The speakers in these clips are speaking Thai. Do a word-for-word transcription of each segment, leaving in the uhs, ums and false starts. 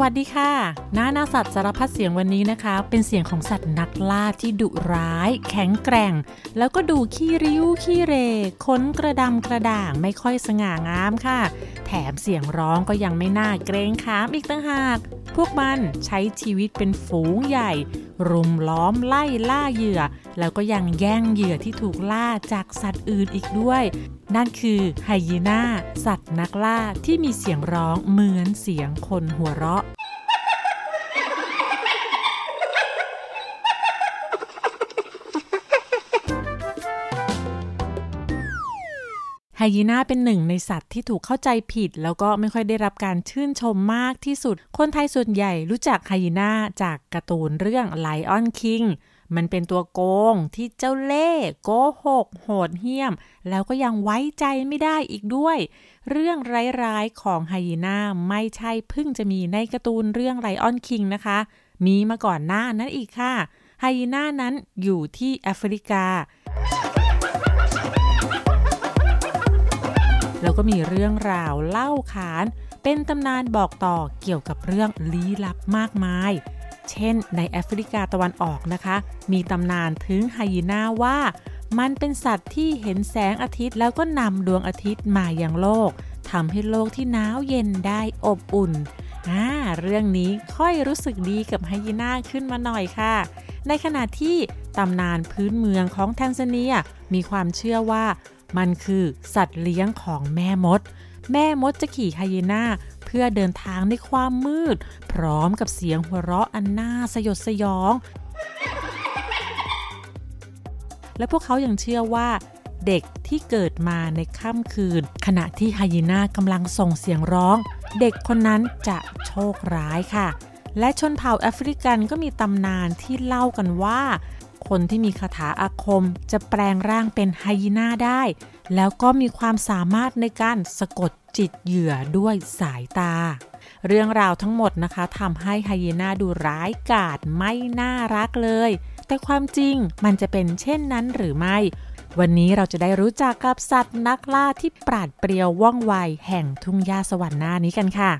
วัสดีค่ะน้านาสัตว์สารพัดเสียงวันนี้นะคะเป็นเสียงของสัตว์นักล่าที่ดุร้ายแข็งแกร่งแล้วก็ดูขี้ริ้วขี้เรขนกระดำกระด่างไม่ค่อยสง่างามค่ะแถมเสียงร้องก็ยังไม่น่าเกรงขามอีกต่างหากพวกมันใช้ชีวิตเป็นฝูงใหญ่รุมล้อมไล่ล่าเหยื่อแล้วก็ยังแย่งเหยื่อที่ถูกล่าจากสัตว์อื่นอีกด้วยนั่นคือไฮยีน่าสัตว์นักล่าที่มีเสียงร้องเหมือนเสียงคนหัวเราะไฮยีน่าเป็นหนึ่งในสัตว์ที่ถูกเข้าใจผิดแล้วก็ไม่ค่อยได้รับการชื่นชมมากที่สุดคนไทยส่วนใหญ่รู้จักไฮยีน่าจากการ์ตูนเรื่อง Lion King มันเป็นตัวโกงที่เจ้าเล่ห์โกหกโหดเหี้ยมแล้วก็ยังไว้ใจไม่ได้อีกด้วยเรื่องร้ายๆของไฮยีน่าไม่ใช่เพิ่งจะมีในการ์ตูนเรื่อง Lion King นะคะมีมาก่อนหน้านั้นอีกค่ะไฮยีน่านั้นอยู่ที่แอฟริกาแล้วก็มีเรื่องราวเล่าขานเป็นตำนานบอกต่อเกี่ยวกับเรื่องลี้ลับมากมายเช่นในแอฟริกาตะวันออกนะคะมีตำนานถึงไฮยีน่าว่ามันเป็นสัตว์ที่เห็นแสงอาทิตย์แล้วก็นำดวงอาทิตย์มายังโลกทำให้โลกที่หนาวเย็นได้อบอุ่นอ่าเรื่องนี้ค่อยรู้สึกดีกับไฮยีน่าขึ้นมาหน่อยค่ะในขณะที่ตำนานพื้นเมืองของแทนซาเนียมีความเชื่อว่ามันคือสัตว์เลี้ยงของแม่มดแม่มดจะขี่ไฮยีน่าเพื่อเดินทางในความมืดพร้อมกับเสียงหัวเราะอันน่าสยดสยองและพวกเขายังเชื่อว่าเด็กที่เกิดมาในค่ำคืนขณะที่ไฮยีน่ากำลังส่งเสียงร้องเด็กคนนั้นจะโชคร้ายค่ะและชนเผ่าแอฟริกันก็มีตำนานที่เล่ากันว่าคนที่มีคาถาอาคมจะแปลงร่างเป็นไฮยีน่าได้แล้วก็มีความสามารถในการสะกดจิตเหยื่อด้วยสายตาเรื่องราวทั้งหมดนะคะทำให้ไฮยีน่าดูร้ายกาจไม่น่ารักเลยแต่ความจริงมันจะเป็นเช่นนั้นหรือไม่วันนี้เราจะได้รู้จักกับสัตว์นักล่าที่ปราดเปรียวว่องไวแห่งทุ่งหญ้าสวรรค์หน้านี้กันค่ะ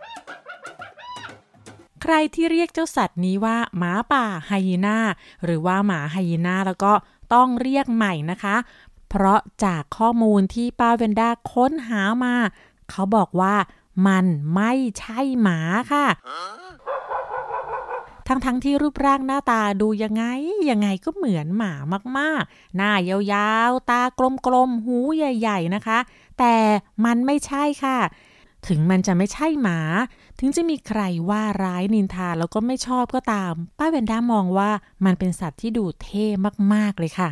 ใครที่เรียกเจ้าสัตว์นี้ว่าหมาป่าไฮยีน่าหรือว่าหมาไฮยีน่าแล้วก็ต้องเรียกใหม่นะคะเพราะจากข้อมูลที่ป้าเวนด้าค้นหามาเขาบอกว่ามันไม่ใช่หมาค่ะทั้งๆ ท, ที่รูปร่างหน้าตาดูยังไงยังไงก็เหมือนหมามากๆหน้ายาวๆตากลมๆหูใหญ่ๆนะคะแต่มันไม่ใช่ค่ะถึงมันจะไม่ใช่หมาถึงจะมีใครว่าร้ายนินทาแล้วก็ไม่ชอบก็ตามป้าเวนด้ามองว่ามันเป็นสัตว์ที่ดูเท่มากๆเลยค่ะ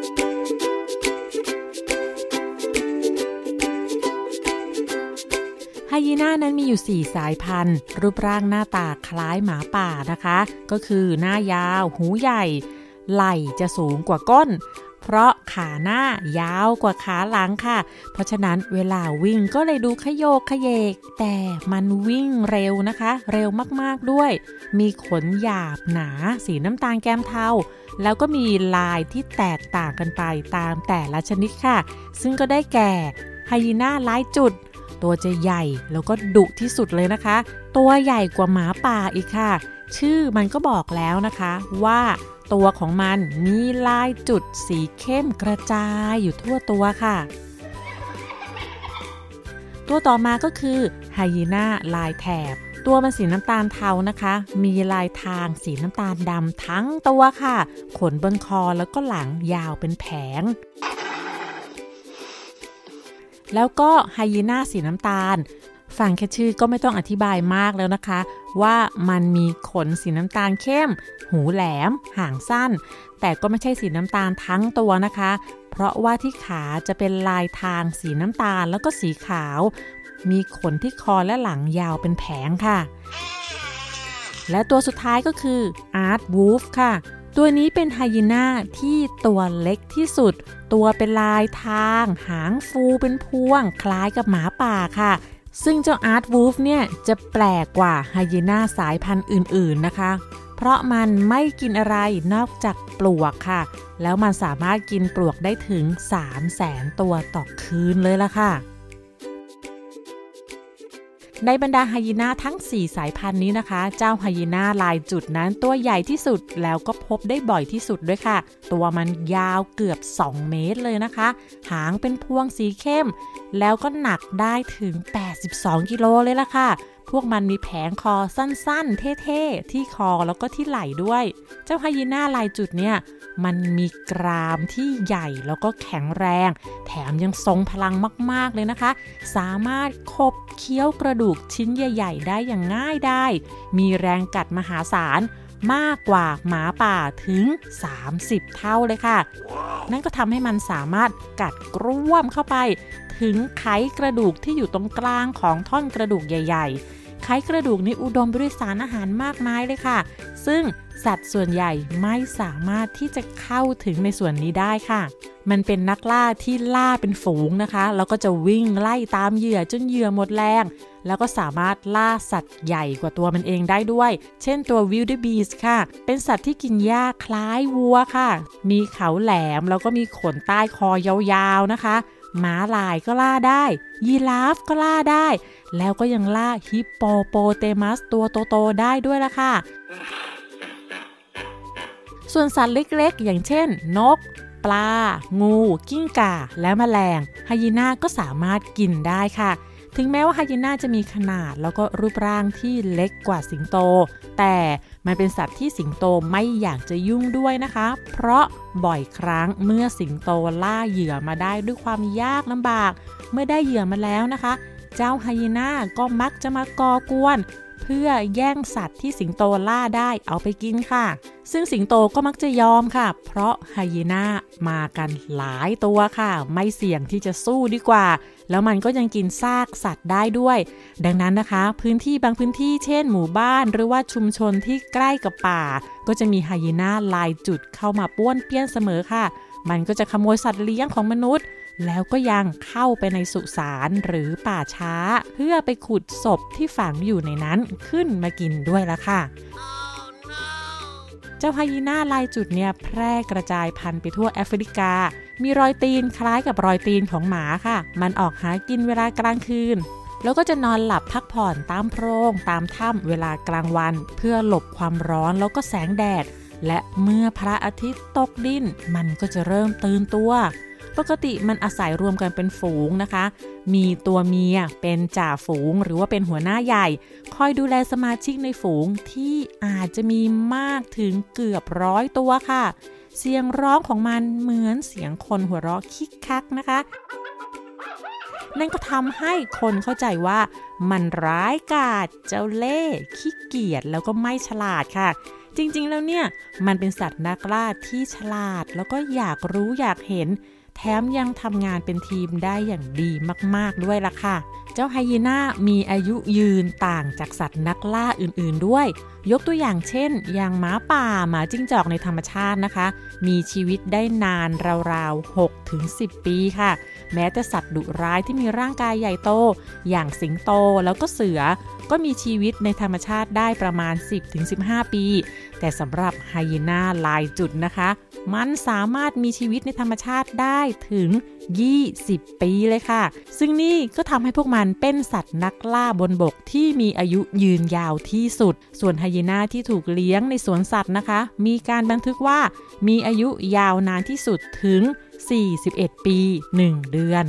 ไฮยีน่านั้นมีอยู่สี่สายพันธุ์รูปร่างหน้าตาคล้ายหมาป่านะคะก็คือหน้ายาวหูใหญ่ไหล่จะสูงกว่าก้นเพราะขาหน้ายาวกว่าขาหลังค่ะเพราะฉะนั้นเวลาวิ่งก็เลยดูขยโยกขยเยกแต่มันวิ่งเร็วนะคะเร็วมากๆด้วยมีขนหยาบหนาสีน้ำตาลแก้มเทาแล้วก็มีลายที่แตกต่างกันไปตามแต่ละชนิดค่ะซึ่งก็ได้แก่ไฮยีน่าหลายจุดตัวจะใหญ่แล้วก็ดุที่สุดเลยนะคะตัวใหญ่กว่าหมาป่าอีกค่ะชื่อมันก็บอกแล้วนะคะว่าตัวของมันมีลายจุดสีเข้มกระจายอยู่ทั่วตัวค่ะตัวต่อมาก็คือไฮยีน่าลายแถบตัวมันสีน้ำตาลเทานะคะมีลายทางสีน้ำตาลดำทั้งตัวค่ะขนบนคอแล้วก็หลังยาวเป็นแผงแล้วก็ไฮยีน่าสีน้ำตาลฟังแค่ชื่อก็ไม่ต้องอธิบายมากแล้วนะคะว่ามันมีขนสีน้ำตาลเข้มหูแหลมหางสั้นแต่ก็ไม่ใช่สีน้ำตาลทั้งตัวนะคะเพราะว่าที่ขาจะเป็นลายทางสีน้ำตาลแล้วก็สีขาวมีขนที่คอและหลังยาวเป็นแผงค่ะและตัวสุดท้ายก็คืออาร์ตวูฟค่ะตัวนี้เป็นไฮยีน่าที่ตัวเล็กที่สุดตัวเป็นลายทางหางฟูเป็นพวงคล้ายกับหมาป่าค่ะซึ่งเจ้าอาร์ตวูฟเนี่ยจะแปลกกว่าไฮยีน่าสายพันธุ์อื่นๆนะคะเพราะมันไม่กินอะไรนอกจากปลวกค่ะแล้วมันสามารถกินปลวกได้ถึง สามแสน ตัวต่อคืนเลยล่ะค่ะในบรรดาไฮยีน่าทั้งสี่สายพันธุ์นี้นะคะเจ้าไฮยีน่าลายจุดนั้นตัวใหญ่ที่สุดแล้วก็พบได้บ่อยที่สุดด้วยค่ะตัวมันยาวเกือบสองเมตรเลยนะคะหางเป็นพวงสีเข้มแล้วก็หนักได้ถึงแปดสิบสองกิโลเลยล่ะค่ะพวกมันมีแผงคอสั้นๆเท่ๆที่คอแล้วก็ที่ไหล่ด้วยเจ้าไฮยีน่าลายจุดเนี่ยมันมีกรามที่ใหญ่แล้วก็แข็งแรงแถมยังทรงพลังมากๆเลยนะคะสามารถขบเคี้ยวกระดูกชิ้นใหญ่ๆได้อย่างง่ายได้มีแรงกัดมหาศาลมากกว่าหมาป่าถึงสามสิบเท่าเลยค่ะ wow. นั่นก็ทำให้มันสามารถกัดกร่วมเข้าไปถึงไขกระดูกที่อยู่ตรงกลางของท่อนกระดูกใหญ่ๆไขกระดูกนี้อุดมไปด้วยสารอาหารมากมายเลยค่ะซึ่งสัตว์ส่วนใหญ่ไม่สามารถที่จะเข้าถึงในส่วนนี้ได้ค่ะมันเป็นนักล่าที่ล่าเป็นฝูงนะคะแล้วก็จะวิ่งไล่ตามเหยื่อจนเหยื่อหมดแรงแล้วก็สามารถล่าสัตว์ใหญ่กว่าตัวมันเองได้ด้วยเช่นตัววิลเดอร์บีสต์ค่ะเป็นสัตว์ที่กินหญ้าคล้ายวัวค่ะมีเขาแหลมแล้วก็มีขนใต้คอยาวๆนะคะม้าลายก็ล่าได้ยีราฟก็ล่าได้แล้วก็ยังล่าฮิปโปโปเตมัสตัวโตๆได้ด้วยล่ะค่ะส่วนสัตว์เล็กๆอย่างเช่นนกปลางูกิ้งก่าและแมลงไฮยีน่าก็สามารถกินได้ค่ะถึงแม้ว่าไฮยีน่าจะมีขนาดแล้วก็รูปร่างที่เล็กกว่าสิงโตแต่มันเป็นสัตว์ที่สิงโตไม่อยากจะยุ่งด้วยนะคะเพราะบ่อยครั้งเมื่อสิงโตล่าเหยื่อมาได้ด้วยความยากลำบากเมื่อได้เหยื่อมาแล้วนะคะเจ้าไฮยีน่าก็มักจะมาก่อกวนเพื่อแย่งสัตว์ที่สิงโตล่าได้เอาไปกินค่ะซึ่งสิงโตก็มักจะยอมค่ะเพราะไฮยีน่ามากันหลายตัวค่ะไม่เสี่ยงที่จะสู้ดีกว่าแล้วมันก็ยังกินซากสัตว์ได้ด้วยดังนั้นนะคะพื้นที่บางพื้นที่เช่นหมู่บ้านหรือว่าชุมชนที่ใกล้กับป่าก็จะมีไฮยีน่าลายจุดเข้ามาป้วนเปี้ยนเสมอค่ะมันก็จะขโมยสัตว์เลี้ยงของมนุษย์แล้วก็ยังเข้าไปในสุสานหรือป่าช้าเพื่อไปขุดศพที่ฝังอยู่ในนั้นขึ้นมากินด้วยละค่ะ oh, no. เจ้าไฮยีน่าลายจุดเนี่ยแพร่กระจายพันธุ์ไปทั่วแอฟริกามีรอยตีนคล้ายกับรอยตีนของหมาค่ะมันออกหากินเวลากลางคืนแล้วก็จะนอนหลับพักผ่อนตามโพรงตามถ้ำเวลากลางวันเพื่อหลบความร้อนแล้วก็แสงแดดและเมื่อพระอาทิตย์ตกดินมันก็จะเริ่มตื่นตัวปกติมันอาศัยรวมกันเป็นฝูงนะคะมีตัวเมียเป็นจ่าฝูงหรือว่าเป็นหัวหน้าใหญ่คอยดูแลสมาชิกในฝูงที่อาจจะมีมากถึงเกือบร้อยตัวค่ะเสียงร้องของมันเหมือนเสียงคนหัวเราะคิกคักนะคะนั่นก็ทำให้คนเข้าใจว่ามันร้ายกาจเจ้าเล่ห์ขี้เกียจแล้วก็ไม่ฉลาดค่ะจริงๆแล้วเนี่ยมันเป็นสัตว์นักล่าที่ฉลาดแล้วก็อยากรู้อยากเห็นแถมยังทำงานเป็นทีมได้อย่างดีมากๆด้วยล่ะค่ะเจ้าไฮยีน่ามีอายุยืนต่างจากสัตว์นักล่าอื่นๆด้วยยกตัวอย่างเช่นอย่างหมาป่าหมาจิ้งจอกในธรรมชาตินะคะมีชีวิตได้นานราวๆ หกถึงสิบ ปีค่ะแม้แต่สัตว์ดุร้ายที่มีร่างกายใหญ่โตอย่างสิงโตแล้วก็เสือก็มีชีวิตในธรรมชาติได้ประมาณ สิบถึงสิบห้า ปีแต่สำหรับไฮยีน่าลายจุดนะคะมันสามารถมีชีวิตในธรรมชาติได้ถึงยี่สิบปีเลยค่ะซึ่งนี่ก็ทำให้พวกมันเป็นสัตว์นักล่าบนบกที่มีอายุยืนยาวที่สุดส่วนไฮยีน่าที่ถูกเลี้ยงในสวนสัตว์นะคะมีการบันทึกว่ามีอายุยาวนานที่สุดถึงสี่สิบเอ็ดปีหนึ่งเดือน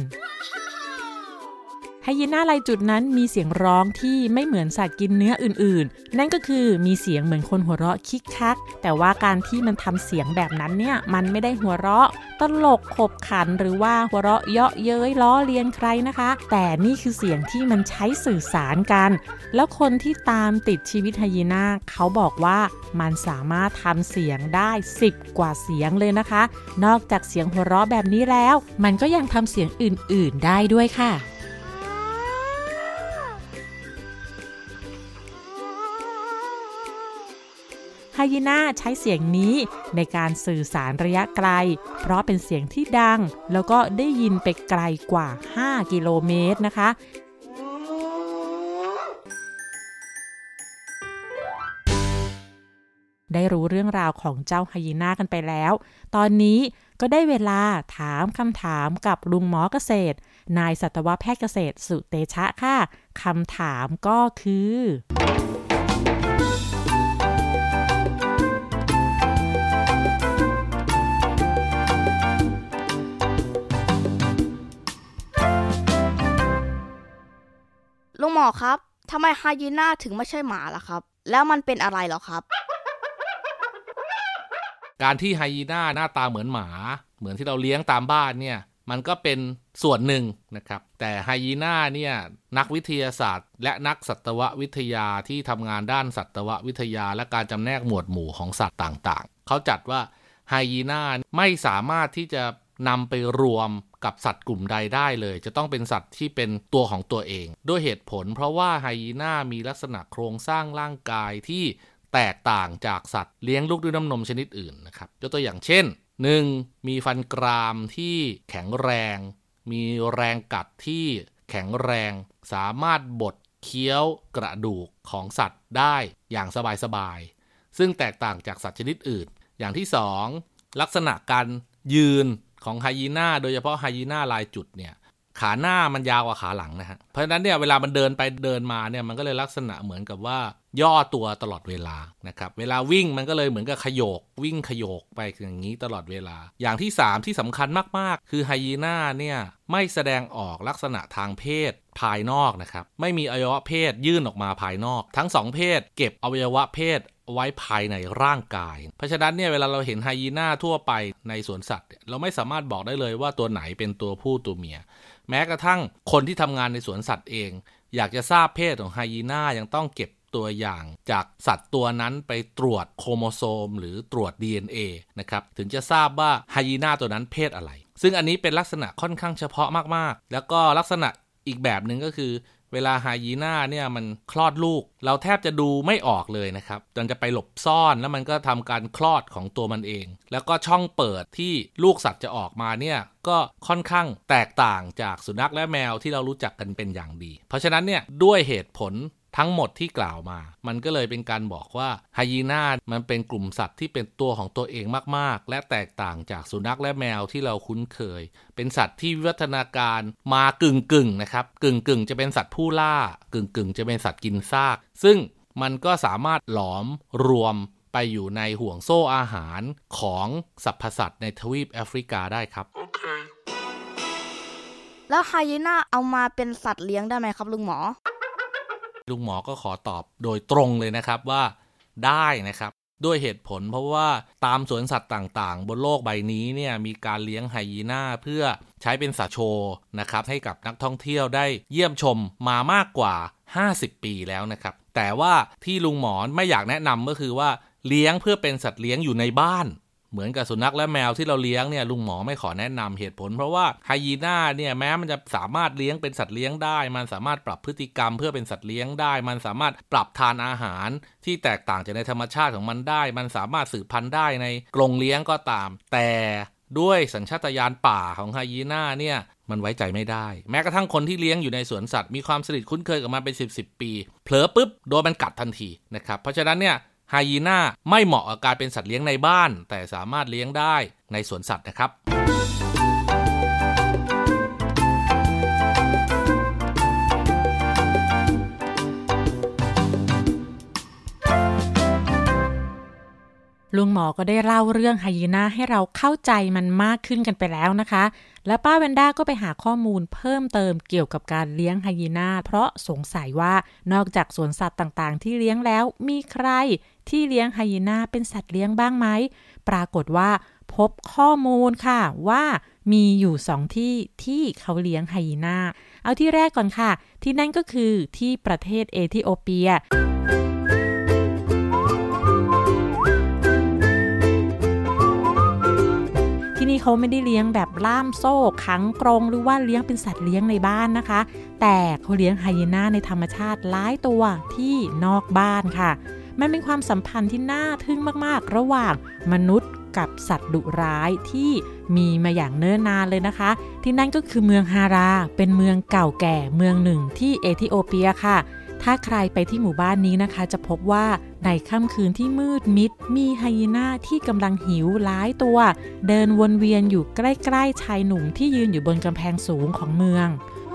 ไฮยีน่าลายจุดนั้นมีเสียงร้องที่ไม่เหมือนสัตว์กินเนื้ออื่นๆนั่นก็คือมีเสียงเหมือนคนหัวเราะคิกคักแต่ว่าการที่มันทำเสียงแบบนั้นเนี่ยมันไม่ได้หัวเราะตลกขบขันหรือว่าหัวเราะเยาะเย้ยล้อเลียนใครนะคะแต่นี่คือเสียงที่มันใช้สื่อสารกันแล้วคนที่ตามติดชีวิตไฮยีน่าเขาบอกว่ามันสามารถทำเสียงได้สิบกว่าเสียงเลยนะคะนอกจากเสียงหัวเราะแบบนี้แล้วมันก็ยังทำเสียงอื่นๆได้ด้วยค่ะไฮยีน่าใช้เสียงนี้ในการสื่อสารระยะไกลเพราะเป็นเสียงที่ดังแล้วก็ได้ยินไปไกลกว่าห้ากิโลเมตรนะคะได้รู้เรื่องราวของเจ้าไฮยีน่ากันไปแล้วตอนนี้ก็ได้เวลาถามคำถามกับลุงหมอเกษตรนายสัตวแพทย์เกษตรสุเตชะค่ะคำถามก็คือลุงหมอครับทำไมไฮยีน่าถึงไม่ใช่หมาล่ะครับแล้วมันเป็นอะไรเหรอครับการที่ไฮยีน่าหน้าตาเหมือนหมาเหมือนที่เราเลี้ยงตามบ้านเนี่ยมันก็เป็นส่วนหนึ่งนะครับแต่ไฮยีน่าเนี่ยนักวิทยาศาสตร์และนักสัตววิทยาที่ทำงานด้านสัตววิทยาและการจำแนกหมวดหมู่ของสัตว์ต่างๆเขาจัดว่าไฮยีน่าไม่สามารถที่จะนำไปรวมกับสัตว์กลุ่มใดได้เลยจะต้องเป็นสัตว์ที่เป็นตัวของตัวเองด้วยเหตุผลเพราะว่าไฮยีน่ามีลักษณะโครงสร้างร่างกายที่แตกต่างจากสัตว์เลี้ยงลูกด้วยน้ำนมชนิดอื่นนะครับยกตัวอย่างเช่น หนึ่ง. มีฟันกรามที่แข็งแรงมีแรงกัดที่แข็งแรงสามารถบดเคี้ยวกระดูกของสัตว์ได้อย่างสบายๆซึ่งแตกต่างจากสัตว์ชนิดอื่นอย่างที่สองลักษณะการยืนของไฮยีน่าโดยเฉพาะไฮยีน่าลายจุดเนี่ยขาหน้ามันยาวกว่าขาหลังนะฮะเพราะฉะนั้นเนี่ยเวลามันเดินไปเดินมาเนี่ยมันก็เลยลักษณะเหมือนกับว่าย่อตัวตลอดเวลานะครับเวลาวิ่งมันก็เลยเหมือนกับขยโยกวิ่งขยโยกไปอย่างนี้ตลอดเวลาอย่างที่สามที่สำคัญมากๆคือไฮยีน่าเนี่ยไม่แสดงออกลักษณะทางเพศภายนอกนะครับไม่มีอวัยวะเพศยื่นออกมาภายนอกทั้งสองเพศเก็บอวัยวะเพศไว้ภายในร่างกายเพราะฉะนั้นเนี่ยเวลาเราเห็นไฮยีน่าทั่วไปในสวนสัตว์เราไม่สามารถบอกได้เลยว่าตัวไหนเป็นตัวผู้ตัวเมียแม้กระทั่งคนที่ทำงานในสวนสัตว์เองอยากจะทราบเพศของไฮยีน่ายังต้องเก็บตัวอย่างจากสัตว์ตัวนั้นไปตรวจโครโมโซมหรือตรวจ ดี เอ็น เอ นะครับถึงจะทราบว่าไฮยีน่าตัวนั้นเพศอะไรซึ่งอันนี้เป็นลักษณะค่อนข้างเฉพาะมากๆแล้วก็ลักษณะอีกแบบนึงก็คือเวลาไฮยีน่าเนี่ยมันคลอดลูกเราแทบจะดูไม่ออกเลยนะครับมันจะไปหลบซ่อนแล้วมันก็ทำการคลอดของตัวมันเองแล้วก็ช่องเปิดที่ลูกสัตว์จะออกมาเนี่ยก็ค่อนข้างแตกต่างจากสุนัขและแมวที่เรารู้จักกันเป็นอย่างดีเพราะฉะนั้นเนี่ยด้วยเหตุผลทั้งหมดที่กล่าวมามันก็เลยเป็นการบอกว่าไฮยีน่ามันเป็นกลุ่มสัตว์ที่เป็นตัวของตัวเองมากๆและแตกต่างจากสุนัขและแมวที่เราคุ้นเคยเป็นสัตว์ที่วิวัฒนาการมากึ่งๆนะครับกึ่งๆจะเป็นสัตว์ผู้ล่ากึ่งๆจะเป็นสัตว์กินซากซึ่งมันก็สามารถหลอมรวมไปอยู่ในห่วงโซ่อาหารของสรรพสัตว์ในทวีปแอฟริกาได้ครับโอเคแล้วไฮยีน่าเอามาเป็นสัตว์เลี้ยงได้ไหมครับลุงหมอลุงหมอก็ขอตอบโดยตรงเลยนะครับว่าได้นะครับด้วยเหตุผลเพราะว่าตามสวนสัตว์ต่างๆบนโลกใบนี้เนี่ยมีการเลี้ยงไฮยีน่าเพื่อใช้เป็นสัตว์โชว์นะครับให้กับนักท่องเที่ยวได้เยี่ยมชมมามากกว่าห้าสิบปีแล้วนะครับแต่ว่าที่ลุงหมอไม่อยากแนะนำก็คือว่าเลี้ยงเพื่อเป็นสัตว์เลี้ยงอยู่ในบ้านเหมือนกับสุนัขและแมวที่เราเลี้ยงเนี่ยลุงหมอไม่ขอแนะนำเหตุผลเพราะว่าไฮยีน่าเนี่ยแม้มันจะสามารถเลี้ยงเป็นสัตว์เลี้ยงได้มันสามารถปรับพฤติกรรมเพื่อเป็นสัตว์เลี้ยงได้มันสามารถปรับทานอาหารที่แตกต่างจากในธรรมชาติของมันได้มันสามารถสืบพันธุ์ได้ในกรงเลี้ยงก็ตามแต่ด้วยสัญชาตญาณป่าของไฮยีน่าเนี่ยมันไว้ใจไม่ได้แม้กระทั่งคนที่เลี้ยงอยู่ในสวนสัตว์มีความสนิทคุ้นเคยกับมันเป็นสิบ สิบปีเผลอปุ๊บโดนมันกัดทันทีนะครับเพราะฉะนั้นเนี่ยไฮยีน่าไม่เหมาะกับการเป็นสัตว์เลี้ยงในบ้านแต่สามารถเลี้ยงได้ในสวนสัตว์นะครับลุงหมอก็ได้เล่าเรื่องไฮยีน่าให้เราเข้าใจมันมากขึ้นกันไปแล้วนะคะและป้าแวนด้าก็ไปหาข้อมูลเพิ่มเติมเกี่ยวกับการเลี้ยงไฮยีน่าเพราะสงสัยว่านอกจากสวนสัตว์ต่างๆที่เลี้ยงแล้วมีใครที่เลี้ยงไฮยีน่าเป็นสัตว์เลี้ยงบ้างไหมปรากฏว่าพบข้อมูลค่ะว่ามีอยู่สองที่ที่เขาเลี้ยงไฮยีน่าเอาที่แรกก่อนค่ะที่นั่นก็คือที่ประเทศเอธิโอเปียที่นี่เขาไม่ได้เลี้ยงแบบล่ามโซ่ขังกรงหรือว่าเลี้ยงเป็นสัตว์เลี้ยงในบ้านนะคะแต่เขาเลี้ยงไฮยีน่าในธรรมชาติหลายตัวที่นอกบ้านค่ะมันเป็นความสัมพันธ์ที่น่าทึ่งมากๆระหว่างมนุษย์กับสัตว์ดุร้ายที่มีมาอย่างเนิ่นนานเลยนะคะที่นั่นก็คือเมืองฮาราเป็นเมืองเก่าแก่เมืองหนึ่งที่เอธิโอเปียค่ะถ้าใครไปที่หมู่บ้านนี้นะคะจะพบว่าในค่ำคืนที่มืดมิดมีไฮยีน่าที่กำลังหิวหลายตัวเดินวนเวียนอยู่ใกล้ๆชายหนุ่มที่ยืนอยู่บนกำแพงสูงของเมือง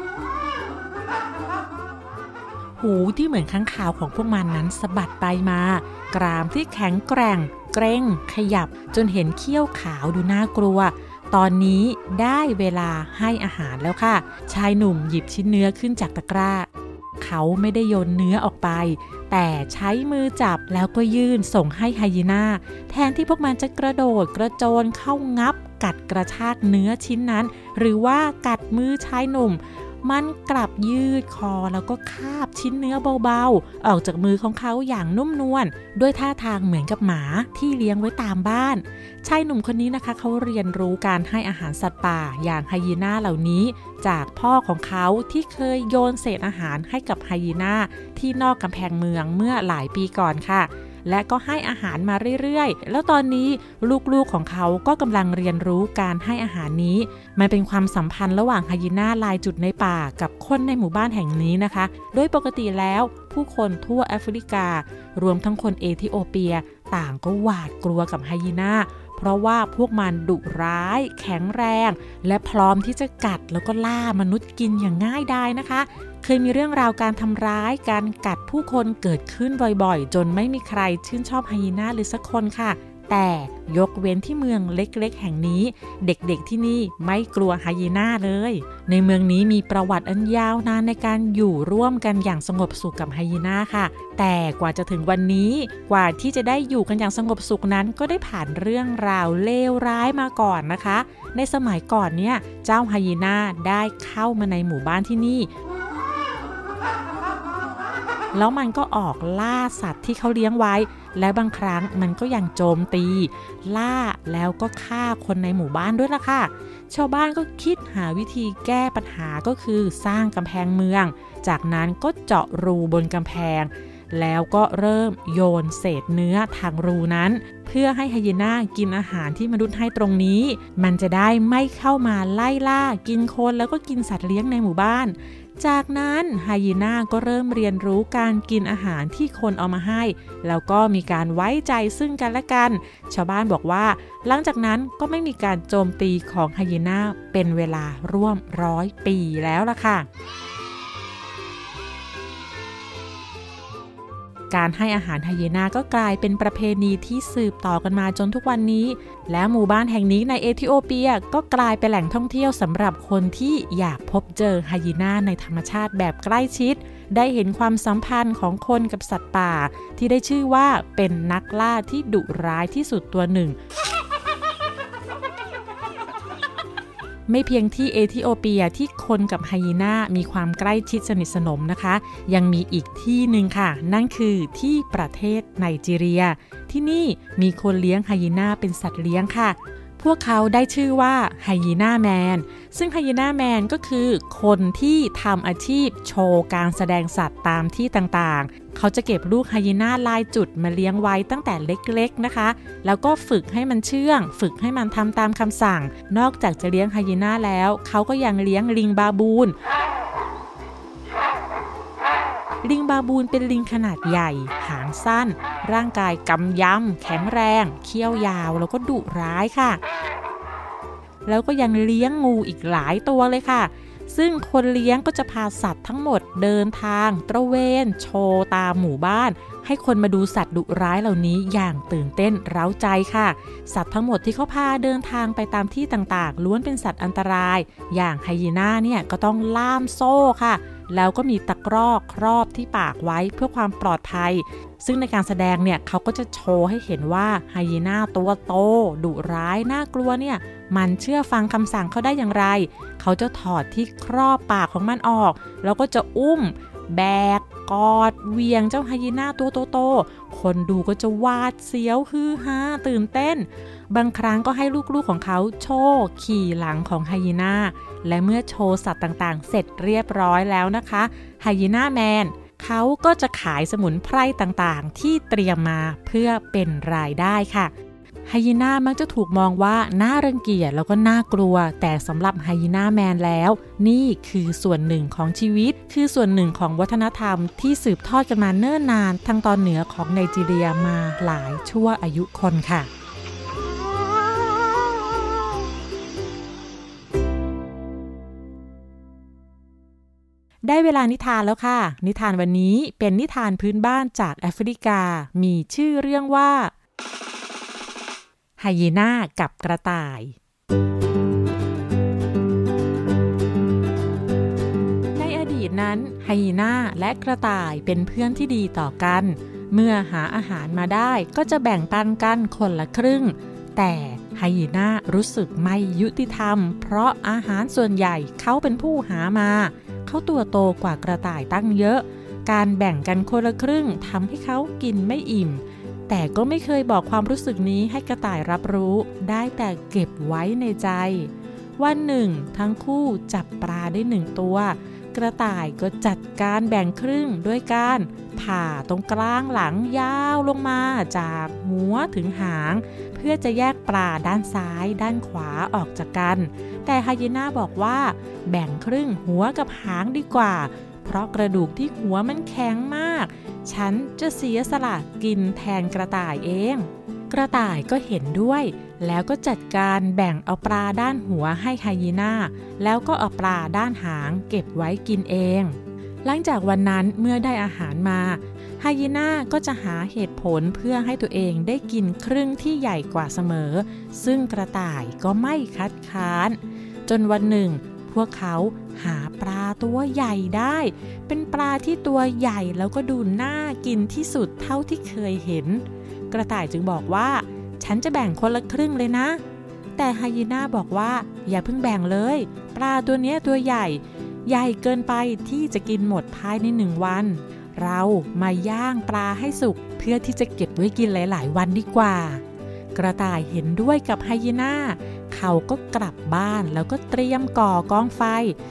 หูที่เหมือนข้างคาวของพวกมันนั้นสะบัดไปมากรามที่แข็งแกร่งเกร็งขยับจนเห็นเขี้ยวขาวดูน่ากลัวตอนนี้ได้เวลาให้อาหารแล้วค่ะชายหนุ่มหยิบชิ้นเนื้อขึ้นจากตะกร้าเขาไม่ได้โยนเนื้อออกไปแต่ใช้มือจับแล้วก็ยื่นส่งให้ไฮยีน่าแทนที่พวกมันจะกระโดดกระโจนเข้างับกัดกระชากเนื้อชิ้นนั้นหรือว่ากัดมือชายหนุ่มมันกลับยืดคอแล้วก็คาบชิ้นเนื้อเบาๆออกจากมือของเขาอย่างนุ่มนวลด้วยท่าทางเหมือนกับหมาที่เลี้ยงไว้ตามบ้านชายหนุ่มคนนี้นะคะเขาเรียนรู้การให้อาหารสัตว์ป่าอย่างไฮยีน่าเหล่านี้จากพ่อของเขาที่เคยโยนเศษอาหารให้กับไฮยีน่าที่นอกกำแพงเมืองเมื่อหลายปีก่อนค่ะและก็ให้อาหารมาเรื่อยๆแล้วตอนนี้ลูกๆของเขาก็กำลังเรียนรู้การให้อาหารนี้มันเป็นความสัมพันธ์ระหว่างไฮยีน่าลายจุดในป่ากับคนในหมู่บ้านแห่งนี้นะคะโดยปกติแล้วผู้คนทั่วแอฟริการวมทั้งคนเอธิโอเปียต่างก็หวาดกลัวกับไฮยีน่าเพราะว่าพวกมันดุร้ายแข็งแรงและพร้อมที่จะกัดแล้วก็ล่ามนุษย์กินอย่างง่ายดายนะคะเคยมีเรื่องราวการทำร้ายการกัดผู้คนเกิดขึ้นบ่อยๆจนไม่มีใครชื่นชอบไฮยีน่าเลยสักคนค่ะแต่ยกเว้นที่เมืองเล็กๆแห่งนี้เด็กๆที่นี่ไม่กลัวไฮยีน่าเลยในเมืองนี้มีประวัติอันยาวนานในการอยู่ร่วมกันอย่างสงบสุขกับไฮยีน่าค่ะแต่กว่าจะถึงวันนี้กว่าที่จะได้อยู่กันอย่างสงบสุขนั้นก็ได้ผ่านเรื่องราวเลวร้ายมาก่อนนะคะในสมัยก่อนเนี่ยเจ้าไฮยีน่าได้เข้ามาในหมู่บ้านที่นี่แล้วมันก็ออกล่าสัตว์ที่เขาเลี้ยงไว้และบางครั้งมันก็ยังโจมตีล่าแล้วก็ฆ่าคนในหมู่บ้านด้วยล่ะค่ะชาวบ้านก็คิดหาวิธีแก้ปัญหาก็คือสร้างกำแพงเมืองจากนั้นก็เจาะรูบนกำแพงแล้วก็เริ่มโยนเศษเนื้อทางรูนั้นเพื่อให้ไฮยีน่ากินอาหารที่มนุษย์ให้ตรงนี้มันจะได้ไม่เข้ามาไล่ล่ากินคนแล้วก็กินสัตว์เลี้ยงในหมู่บ้านจากนั้นไฮยีน่าก็เริ่มเรียนรู้การกินอาหารที่คนเอามาให้แล้วก็มีการไว้ใจซึ่งกันและกันชาวบ้านบอกว่าหลังจากนั้นก็ไม่มีการโจมตีของไฮยีน่าเป็นเวลาร่วมร้อยปีแล้วล่ะค่ะการให้อาหารไฮยีน่าก็กลายเป็นประเพณีที่สืบต่อกันมาจนทุกวันนี้และหมู่บ้านแห่งนี้ในเอธิโอเปียก็กลายเป็นแหล่งท่องเที่ยวสำหรับคนที่อยากพบเจอไฮยีน่าในธรรมชาติแบบใกล้ชิดได้เห็นความสัมพันธ์ของคนกับสัตว์ป่าที่ได้ชื่อว่าเป็นนักล่าที่ดุร้ายที่สุดตัวหนึ่งไม่เพียงที่เอธิโอเปียที่คนกับไฮยีน่ามีความใกล้ชิดสนิทสนมนะคะยังมีอีกที่หนึ่งค่ะนั่นคือที่ประเทศไนจีเรียที่นี่มีคนเลี้ยงไฮยีน่าเป็นสัตว์เลี้ยงค่ะพวกเขาได้ชื่อว่าไฮยีน่าแมนซึ่งไฮยีน่าแมนก็คือคนที่ทำอาชีพโชว์การแสดงสัตว์ตามที่ต่างๆเขาจะเก็บลูกไฮยีน่าลายจุดมาเลี้ยงไว้ตั้งแต่เล็กๆนะคะแล้วก็ฝึกให้มันเชื่องฝึกให้มันทำตามคำสั่งนอกจากจะเลี้ยงไฮยีน่าแล้วเขาก็ยังเลี้ยงลิงบาบูนลิงบาบูนเป็นลิงขนาดใหญ่หางสั้นร่างกายกำยำแข็งแรงเขี้ยวยาวแล้วก็ดุร้ายค่ะแล้วก็ยังเลี้ยงงูอีกหลายตัวเลยค่ะซึ่งคนเลี้ยงก็จะพาสัตว์ทั้งหมดเดินทางตระเวนโชว์ตามหมู่บ้านให้คนมาดูสัตว์ดุร้ายเหล่านี้อย่างตื่นเต้นเร้าใจค่ะสัตว์ทั้งหมดที่เขาพาเดินทางไปตามที่ต่างๆล้วนเป็นสัตว์อันตรายอย่างไฮยีน่าเนี่ยก็ต้องล่ามโซ่ค่ะแล้วก็มีตะกร้อครอบที่ปากไว้เพื่อความปลอดภัยซึ่งในการแสดงเนี่ยเขาก็จะโชว์ให้เห็นว่าไฮยีน่าตัวโตดุร้ายน่ากลัวเนี่ยมันเชื่อฟังคำสั่งเขาได้อย่างไรเขาจะถอดที่ครอบปากของมันออกแล้วก็จะอุ้มแบกกอดเวียงเจ้าไฮยีน่าตัวโตๆคนดูก็จะวาดเสียวฮือฮาตื่นเต้นบางครั้งก็ให้ลูกๆของเขาโชว์ขี่หลังของไฮยีน่าและเมื่อโชว์สัตว์ต่างๆเสร็จเรียบร้อยแล้วนะคะไฮยีน่าแมนเขาก็จะขายสมุนไพรต่างๆที่เตรียมมาเพื่อเป็นรายได้ค่ะไไฮยีน่ามักจะถูกมองว่าน่ารังเกียจแล้วก็น่ากลัวแต่สำหรับไฮยีน่าแมนแล้วนี่คือส่วนหนึ่งของชีวิตคือส่วนหนึ่งของวัฒนธรรมที่สืบทอดกันมาเนิ่นนานทางตอนเหนือของไนจีเรียมาหลายชั่วอายุคนค่ะได้เวลานิทานแล้วค่ะนิทานวันนี้เป็นนิทานพื้นบ้านจากแอฟริกามีชื่อเรื่องว่าไฮยีน่ากับกระต่ายในอดีตนั้นไฮยีน่าและกระต่ายเป็นเพื่อนที่ดีต่อกันเมื่อหาอาหารมาได้ก็จะแบ่งปันกันคนละครึ่งแต่ไฮยีน่ารู้สึกไม่ยุติธรรมเพราะอาหารส่วนใหญ่เขาเป็นผู้หามาเขาตัวโตกว่ากระต่ายตั้งเยอะการแบ่งกันคนละครึ่งทำให้เขากินไม่อิ่มแต่ก็ไม่เคยบอกความรู้สึกนี้ให้กระต่ายรับรู้ได้แต่เก็บไว้ในใจวันหนึ่งทั้งคู่จับปลาได้หนึ่งตัวกระต่ายก็จัดการแบ่งครึ่งด้วยการผ่าตรงกลางหลังยาวลงมาจากหัวถึงหางเพื่อจะแยกปลาด้านซ้ายด้านขวาออกจากกันแต่ไฮยีน่าบอกว่าแบ่งครึ่งหัวกับหางดีกว่าเพราะกระดูกที่หัวมันแข็งมากฉันจะเสียสละกินแทนกระต่ายเองกระต่ายก็เห็นด้วยแล้วก็จัดการแบ่งเอาปลาด้านหัวให้ไฮยีน่าแล้วก็เอาปลาด้านหางเก็บไว้กินเองหลังจากวันนั้นเมื่อได้อาหารมาไฮยีน่าก็จะหาเหตุผลเพื่อให้ตัวเองได้กินครึ่งที่ใหญ่กว่าเสมอซึ่งกระต่ายก็ไม่คัดค้านจนวันหนึ่งพวกเขาหาปลาตัวใหญ่ได้เป็นปลาที่ตัวใหญ่แล้วก็ดูน่ากินที่สุดเท่าที่เคยเห็นกระต่ายจึงบอกว่าฉันจะแบ่งคนละครึ่งเลยนะแต่ไฮยีน่าบอกว่าอย่าเพิ่งแบ่งเลยปลาตัวนี้ตัวใหญ่ใหญ่เกินไปที่จะกินหมดภายในหนึ่งวันเรามาย่างปลาให้สุกเพื่อที่จะเก็บไว้กินหลายๆวันดีกว่ากระต่ายเห็นด้วยกับไฮยีน่าเขาก็กลับบ้านแล้วก็เตรียมก่อกองไฟ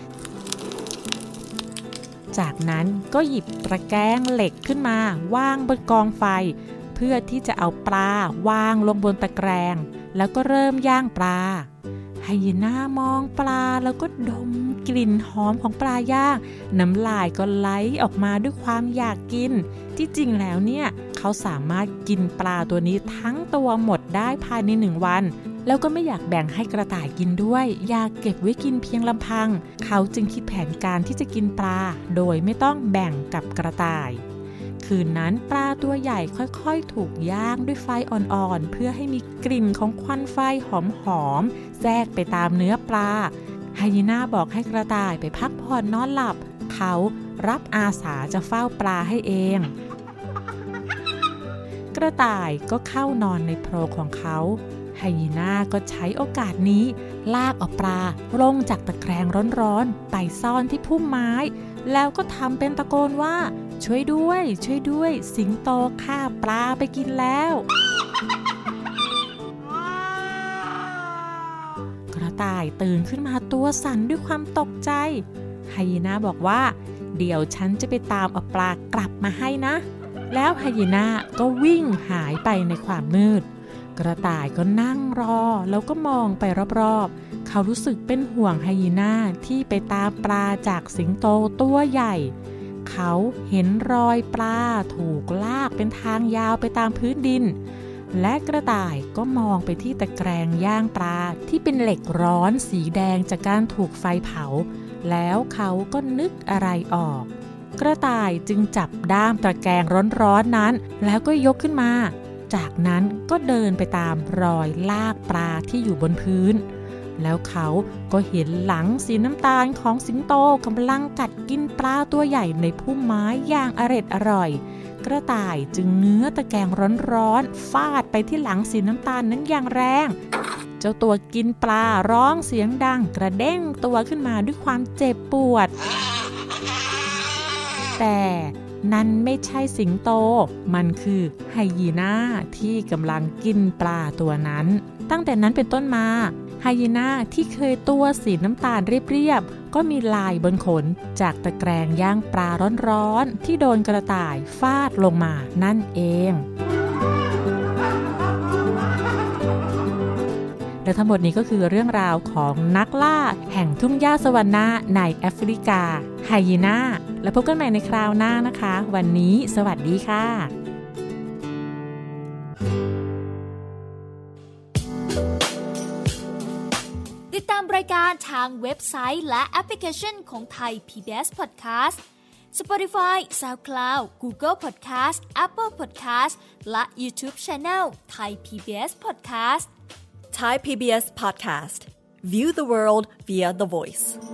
จากนั้นก็หยิบตะแกรงเหล็กขึ้นมาวางบนกองไฟเพื่อที่จะเอาปลาวางลงบนตะแกรงแล้วก็เริ่มย่างปลาไฮยีน่ามองปลาแล้วก็ดมกลิ่นหอมของปลาย่างน้ำลายก็ไหลออกมาด้วยความอยากกินที่จริงแล้วเนี่ยเขาสามารถกินปลาตัวนี้ทั้งตัวหมดได้ภายในหนึ่งวันแล้วก็ไม่อยากแบ่งให้กระต่ายกินด้วยอยากเก็บไว้กินเพียงลำพังเขาจึงคิดแผนการที่จะกินปลาโดยไม่ต้องแบ่งกับกระต่ายคืนนั้นปลาตัวใหญ่ค่อยๆถูกย่างด้วยไฟอ่อนๆเพื่อให้มีกลิ่นของควันไฟหอมๆแทรกไปตามเนื้อปลาไฮยีน่าบอกให้กระต่ายไปพักผ่อนนอนหลับเขารับอาสาจะเฝ้าปลาให้เองกระต่ายก็เข้านอนในโพรงของเขาไฮยีน่าก็ใช้โอกาสนี้ลากเอาปลาลงจากตะแกรงร้อนๆไปซ่อนที่พุ่มไม้แล้วก็ทำเป็นตะโกนว่าช่วยด้วยช่วยด้วยสิงโตฆ่าปลาไปกินแล้วกระต่ายตื่นขึ้นมาตัวสั่นด้วยความตกใจไฮยีน่าบอกว่าเดี๋ยวฉันจะไปตามเอาปลากลับมาให้นะแล้วไฮยีน่าก็วิ่งหายไปในความมืดกระต่ายก็นั่งรอแล้วก็มองไปรอบๆเขารู้สึกเป็นห่วงไฮยีน่าที่ไปตามปลาจากสิงโตตัวใหญ่เขาเห็นรอยปลาถูกลากเป็นทางยาวไปตามพื้นดินและกระต่ายก็มองไปที่ตะแกรงย่างปลาที่เป็นเหล็กร้อนสีแดงจากการถูกไฟเผาแล้วเขาก็นึกอะไรออกกระต่ายจึงจับด้ามตะแกรงร้อนๆนั้นแล้วก็ยกขึ้นมาจากนั้นก็เดินไปตามรอยลากปลาที่อยู่บนพื้นแล้วเขาก็เห็นหลังสีน้ำตาลของสิงโตกำลังกัดกินปลาตัวใหญ่ในพุ่มไม้อย่างอร็ดอร่อยกระต่ายจึงเงื้อตะแกรงร้อนๆฟาดไปที่หลังสีน้ำตาลนั้นอย่างแรงเจ้าตัวกินปลาร้องเสียงดังกระเด้งตัวขึ้นมาด้วยความเจ็บปวดแต่นั่นไม่ใช่สิงโตมันคือไฮยีน่าที่กำลังกินปลาตัวนั้นตั้งแต่นั้นเป็นต้นมาไฮยีน่าที่เคยตัวสีน้ำตาลเรียบๆก็มีลายบนขนจากตะแกรงย่างปลาร้อนๆที่โดนกระต่ายฟาดลงมานั่นเองและทั้งหมดนี้ก็คือเรื่องราวของนักล่าแห่งทุ่งหญ้าสวรรณะในแอฟริกาไฮยีน่าแล้วพบกันใหม่ในคราวหน้านะคะวันนี้สวัสดีค่ะติดตามรายการทางเว็บไซต์และแอปพลิเคชันของไทย พี บี เอส Podcast Spotify, SoundCloud, Google Podcast, Apple Podcast และ YouTube Channel Thai พี บี เอส Podcast Thai พี บี เอส Podcast. View the world via the voice.